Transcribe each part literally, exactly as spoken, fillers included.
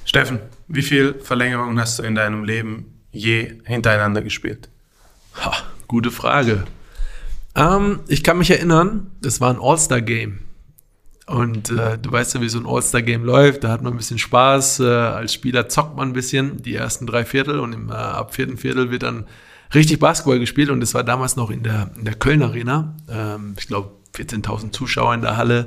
Steffen, wie viel Verlängerungen hast du in deinem Leben je hintereinander gespielt? Ha, gute Frage. Ähm, ich kann mich erinnern, das war ein All-Star-Game. Und äh, du weißt ja, wie so ein All-Star-Game läuft. Da hat man ein bisschen Spaß. Äh, als Spieler zockt man ein bisschen die ersten drei Viertel. Und im äh, ab vierten Viertel wird dann richtig Basketball gespielt. Und das war damals noch in der, in der Köln Arena. Ähm, ich glaube, vierzehntausend Zuschauer in der Halle.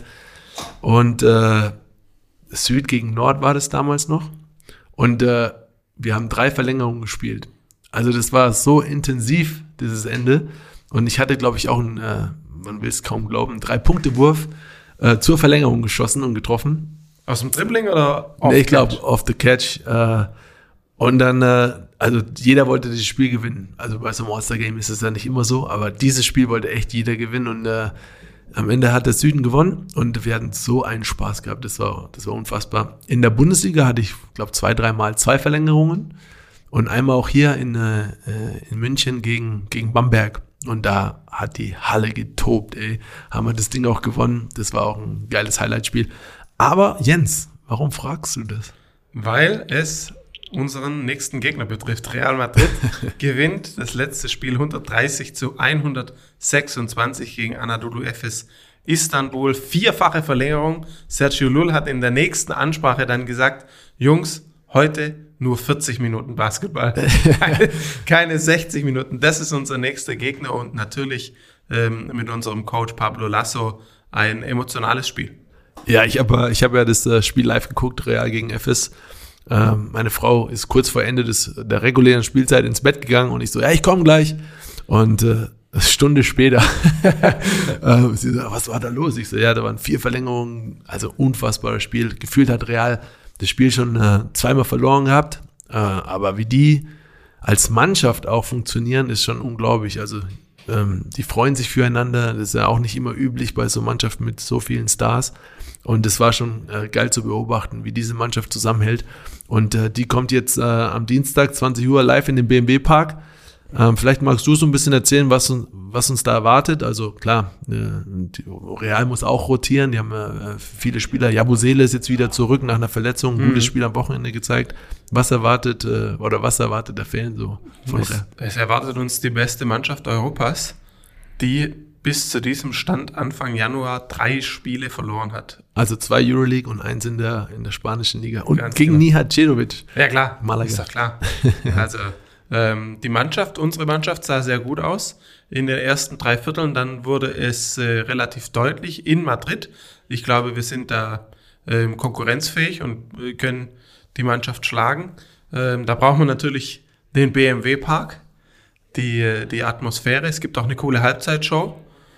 Und äh, Süd gegen Nord war das damals noch. Und äh, wir haben drei Verlängerungen gespielt. Also das war so intensiv, dieses Ende. Und ich hatte, glaube ich, auch einen, äh, man will es kaum glauben, einen Drei-Punkte-Wurf äh, zur Verlängerung geschossen und getroffen. Aus dem Dribbling oder off nee, ich glaube, off the catch. Äh, und dann, äh, also jeder wollte dieses Spiel gewinnen. Also bei so einem All-Star-Game ist es ja nicht immer so, aber dieses Spiel wollte echt jeder gewinnen. Und äh, am Ende hat der Süden gewonnen und wir hatten so einen Spaß gehabt. Das war, das war unfassbar. In der Bundesliga hatte ich, glaube zwei, dreimal zwei Verlängerungen und einmal auch hier in, äh, in München gegen, gegen Bamberg. Und da hat die Halle getobt, ey. Haben wir das Ding auch gewonnen. Das war auch ein geiles Highlight-Spiel. Aber Jens, warum fragst du das? Weil es unseren nächsten Gegner betrifft. Real Madrid gewinnt das letzte Spiel hundertdreißig zu hundertsechsundzwanzig gegen Anadolu Efes Istanbul. Vierfache Verlängerung. Sergio Llull hat in der nächsten Ansprache dann gesagt, Jungs, heute nur vierzig Minuten Basketball. keine, keine sechzig Minuten. Das ist unser nächster Gegner und natürlich ähm, mit unserem Coach Pablo Lasso ein emotionales Spiel. Ja, ich habe ich hab ja das äh, Spiel live geguckt, Real gegen Efes. Ähm, meine Frau ist kurz vor Ende des, der regulären Spielzeit ins Bett gegangen und ich so, ja, ich komme gleich. Und äh, eine Stunde später, äh, sie so, was war da los? Ich so, ja, da waren vier Verlängerungen, also unfassbares Spiel. Gefühlt hat Real das Spiel schon äh, zweimal verloren gehabt, äh, aber wie die als Mannschaft auch funktionieren, ist schon unglaublich. Also ähm, die freuen sich füreinander, das ist ja auch nicht immer üblich bei so Mannschaften mit so vielen Stars. Und es war schon äh, geil zu beobachten, wie diese Mannschaft zusammenhält. Und äh, die kommt jetzt äh, am Dienstag, zwanzig Uhr, live in den B M W-Park. Ähm, vielleicht magst du so ein bisschen erzählen, was, was uns da erwartet. Also klar, äh, Real muss auch rotieren. Die haben äh, viele Spieler. Yabusele ist jetzt wieder zurück nach einer Verletzung. Ein mhm. gutes Spiel am Wochenende gezeigt. Was erwartet äh, oder was erwartet der Fan so von es, Real? Es erwartet uns die beste Mannschaft Europas, die bis zu diesem Stand Anfang Januar drei Spiele verloren hat. Also zwei Euroleague und eins in der, in der spanischen Liga. Und Ganz gegen genau. Nihat Cedovic. Ja klar, Malaga. ist doch klar. Also ähm, die Mannschaft, unsere Mannschaft sah sehr gut aus in den ersten drei Vierteln. Dann wurde es äh, relativ deutlich in Madrid. Ich glaube, wir sind da äh, konkurrenzfähig und äh, können die Mannschaft schlagen. Ähm, da braucht man natürlich den B M W-Park, die, die Atmosphäre. Es gibt auch eine coole Halbzeitshow.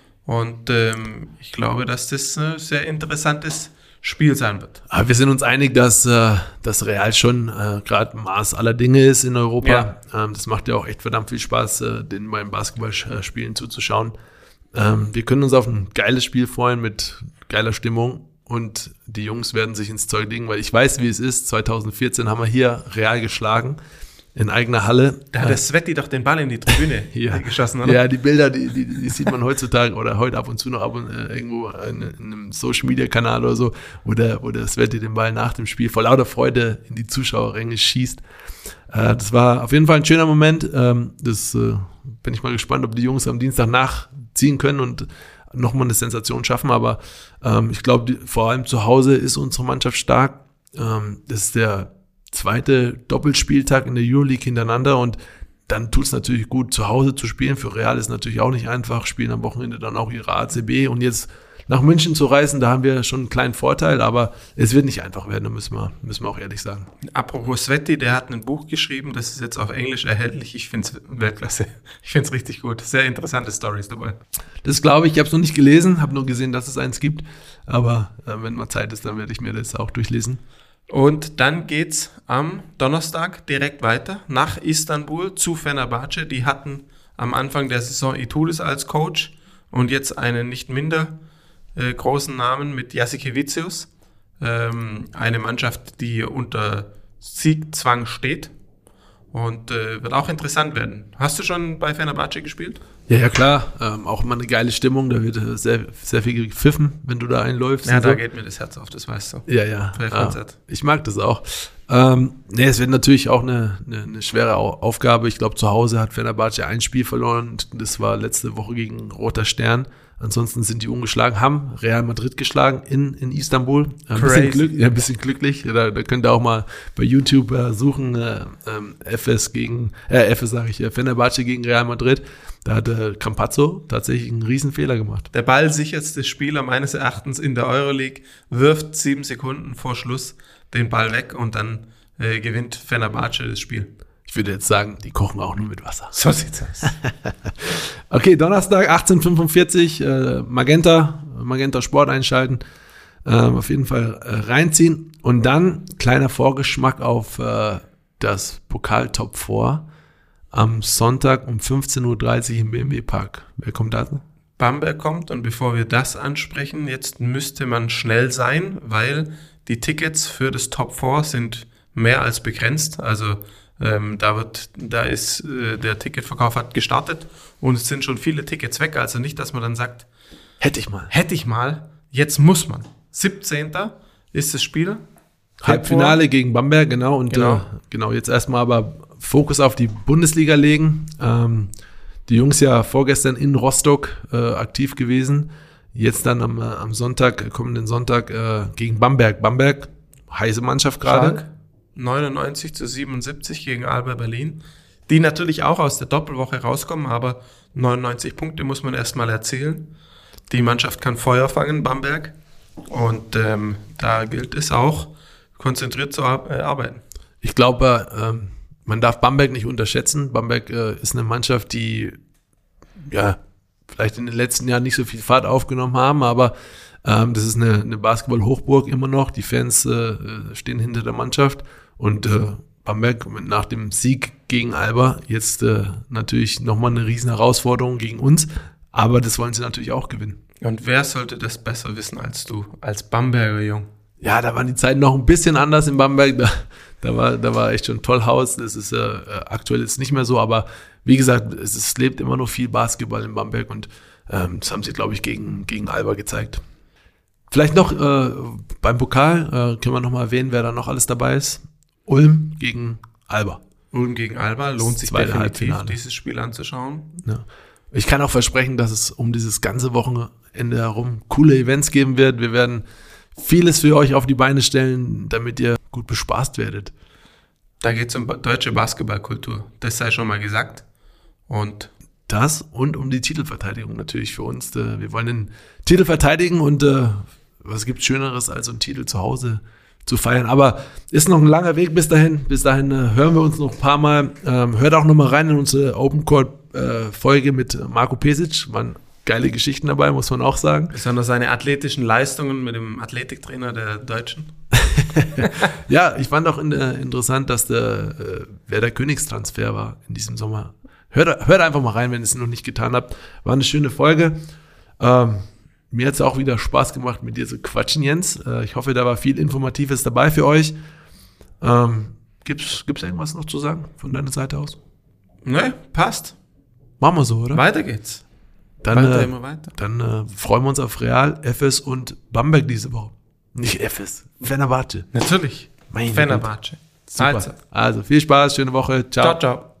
Und ähm, ich glaube, dass das ein sehr interessantes Spiel sein wird. Aber wir sind uns einig, dass äh, das Real schon äh, gerade Maß aller Dinge ist in Europa. Ja. Ähm, das macht ja auch echt verdammt viel Spaß, äh, den beim Basketballspielen zuzuschauen. Ähm, wir können uns auf ein geiles Spiel freuen mit geiler Stimmung. Und die Jungs werden sich ins Zeug legen, weil ich weiß, wie es ist. zwanzig vierzehn haben wir hier Real geschlagen. In eigener Halle. Da hat der Sveti doch den Ball in die Tribüne ja. geschossen, oder? Ja, die Bilder, die, die, die sieht man heutzutage oder heute ab und zu noch ab und äh, irgendwo in, in einem Social-Media-Kanal oder so, wo der, wo der Sveti den Ball nach dem Spiel vor lauter Freude in die Zuschauerränge schießt. Äh, das war auf jeden Fall ein schöner Moment. Ähm, das äh, bin ich mal gespannt, ob die Jungs am Dienstag nachziehen können und nochmal eine Sensation schaffen. Aber ähm, ich glaube, vor allem zu Hause ist unsere Mannschaft stark. Ähm, das ist der zweite Doppelspieltag in der Euroleague hintereinander und dann tut es natürlich gut, zu Hause zu spielen. Für Real ist natürlich auch nicht einfach, spielen am Wochenende dann auch ihre A C B und jetzt nach München zu reisen, da haben wir schon einen kleinen Vorteil, aber es wird nicht einfach werden, da müssen wir, müssen wir auch ehrlich sagen. Apropos Sveti, der hat ein Buch geschrieben, das ist jetzt auf Englisch erhältlich. Ich finde es Weltklasse. Ich finde es richtig gut. Sehr interessante Storys dabei. Das glaube ich, ich habe es noch nicht gelesen, habe nur gesehen, dass es eins gibt, aber äh, wenn mal Zeit ist, dann werde ich mir das auch durchlesen. Und dann geht's am Donnerstag direkt weiter nach Istanbul zu Fenerbahce. Die hatten am Anfang der Saison Itoudis als Coach und jetzt einen nicht minder äh, großen Namen mit Jasikevičius. Ähm, eine Mannschaft, die unter Siegzwang steht und äh, wird auch interessant werden. Hast du schon bei Fenerbahce gespielt? Ja, ja klar, ähm, auch immer eine geile Stimmung, da wird sehr, sehr viel gepfiffen, wenn du da einläufst. Ja, da so. geht mir das Herz auf, das weißt du. Ja, ja, ja. Ich mag das auch. Ähm, nee, es wird natürlich auch eine, eine, eine schwere Au- Aufgabe. Ich glaube, zu Hause hat Fenerbahce ein Spiel verloren. Das war letzte Woche gegen Roter Stern. Ansonsten sind die ungeschlagen, haben Real Madrid geschlagen in, in Istanbul. Ein bisschen, Glück, ja, ein bisschen glücklich. Da, da könnt ihr auch mal bei YouTube äh, suchen. Äh, ähm, F S gegen, äh, F S sage ich, äh, Fenerbahce gegen Real Madrid. Da hat äh, Campazzo tatsächlich einen riesen Fehler gemacht. Der ballsicherste Spieler meines Erachtens in der Euroleague wirft sieben Sekunden vor Schluss den Ball weg und dann äh, gewinnt Fenerbahce das Spiel. Ich würde jetzt sagen, die kochen auch nur mit Wasser. So sieht's aus. Okay, Donnerstag, achtzehn Uhr fünfundvierzig, äh, Magenta, Magenta Sport einschalten, äh, auf jeden Fall äh, reinziehen. Und dann kleiner Vorgeschmack auf äh, das Pokal-Top vier am Sonntag um fünfzehn Uhr dreißig im B M W Park. Wer kommt da? Bamberg kommt, und bevor wir das ansprechen, jetzt müsste man schnell sein, weil die Tickets für das Top vier sind mehr als begrenzt. Also ähm, da wird, da ist äh, der Ticketverkauf hat gestartet und es sind schon viele Tickets weg. Also nicht, dass man dann sagt, Hätte ich mal. hätte ich mal, jetzt muss man. siebzehnten ist das Spiel. Halbfinale gegen Bamberg, genau. Und Genau. Äh, genau, jetzt erstmal aber Fokus auf die Bundesliga legen. Ähm, die Jungs ja vorgestern in Rostock äh, aktiv gewesen. Jetzt dann am, äh, am Sonntag, kommenden Sonntag äh, gegen Bamberg. Bamberg, heiße Mannschaft gerade. Stark. neunundneunzig zu siebenundsiebzig gegen Alba Berlin, die natürlich auch aus der Doppelwoche rauskommen, aber neunundneunzig Punkte muss man erstmal erzielen. Die Mannschaft kann Feuer fangen, Bamberg, und ähm, da gilt es auch, konzentriert zu ar- äh, arbeiten. Ich glaube, ähm, man darf Bamberg nicht unterschätzen. Bamberg äh, ist eine Mannschaft, die ja vielleicht in den letzten Jahren nicht so viel Fahrt aufgenommen haben, aber ähm, das ist eine, eine Basketball-Hochburg immer noch. Die Fans äh, stehen hinter der Mannschaft, und äh, Bamberg nach dem Sieg gegen Alba jetzt äh, natürlich nochmal eine riesen Herausforderung gegen uns, aber das wollen sie natürlich auch gewinnen. Und wer sollte das besser wissen als du, als Bamberger Jung? Ja, da waren die Zeiten noch ein bisschen anders in Bamberg. Da, da, war, da war echt schon Tollhaus. Das ist äh, aktuell ist nicht mehr so, aber wie gesagt, es, es lebt immer noch viel Basketball in Bamberg, und ähm, das haben sie, glaube ich, gegen, gegen Alba gezeigt. Vielleicht noch äh, beim Pokal äh, können wir noch mal erwähnen, wer da noch alles dabei ist. Ulm gegen Alba. Ulm gegen Alba, lohnt sich Zweite definitiv, Halbfinale. dieses Spiel anzuschauen. Ja. Ich kann auch versprechen, dass es um dieses ganze Wochenende herum coole Events geben wird. Wir werden vieles für euch auf die Beine stellen, damit ihr gut bespaßt werdet. Da geht es um ba- deutsche Basketballkultur, das sei schon mal gesagt. Und Das und um die Titelverteidigung natürlich für uns. Äh, Wir wollen den Titel verteidigen, und äh, was gibt Schöneres, als so einen Titel zu Hause zu feiern. Aber ist noch ein langer Weg bis dahin. Bis dahin äh, hören wir uns noch ein paar Mal. Ähm, hört auch noch mal rein in unsere Open Court äh, Folge mit Marco Pesic. Waren geile Geschichten dabei, muss man auch sagen. besonders seine athletischen Leistungen mit dem Athletiktrainer der Deutschen. Ja, ich fand auch in, äh, interessant, dass der äh, wer der Königstransfer war in diesem Sommer. Hört, hört einfach mal rein, wenn ihr es noch nicht getan habt. War eine schöne Folge. Ähm, mir hat es auch wieder Spaß gemacht, mit dir zu quatschen, Jens. Äh, ich hoffe, da war viel Informatives dabei für euch. Ähm, gibt's, gibt's irgendwas noch zu sagen von deiner Seite aus? Ne, passt. Machen wir so, oder? Weiter geht's. Dann, weiter, äh, immer weiter. dann äh, freuen wir uns auf Real, F S und Bamberg diese Woche. Nicht F S, Fenerbahce. Natürlich. Meine Fenerbahce. Super. Also. Also viel Spaß, schöne Woche. Ciao. Ciao, ciao.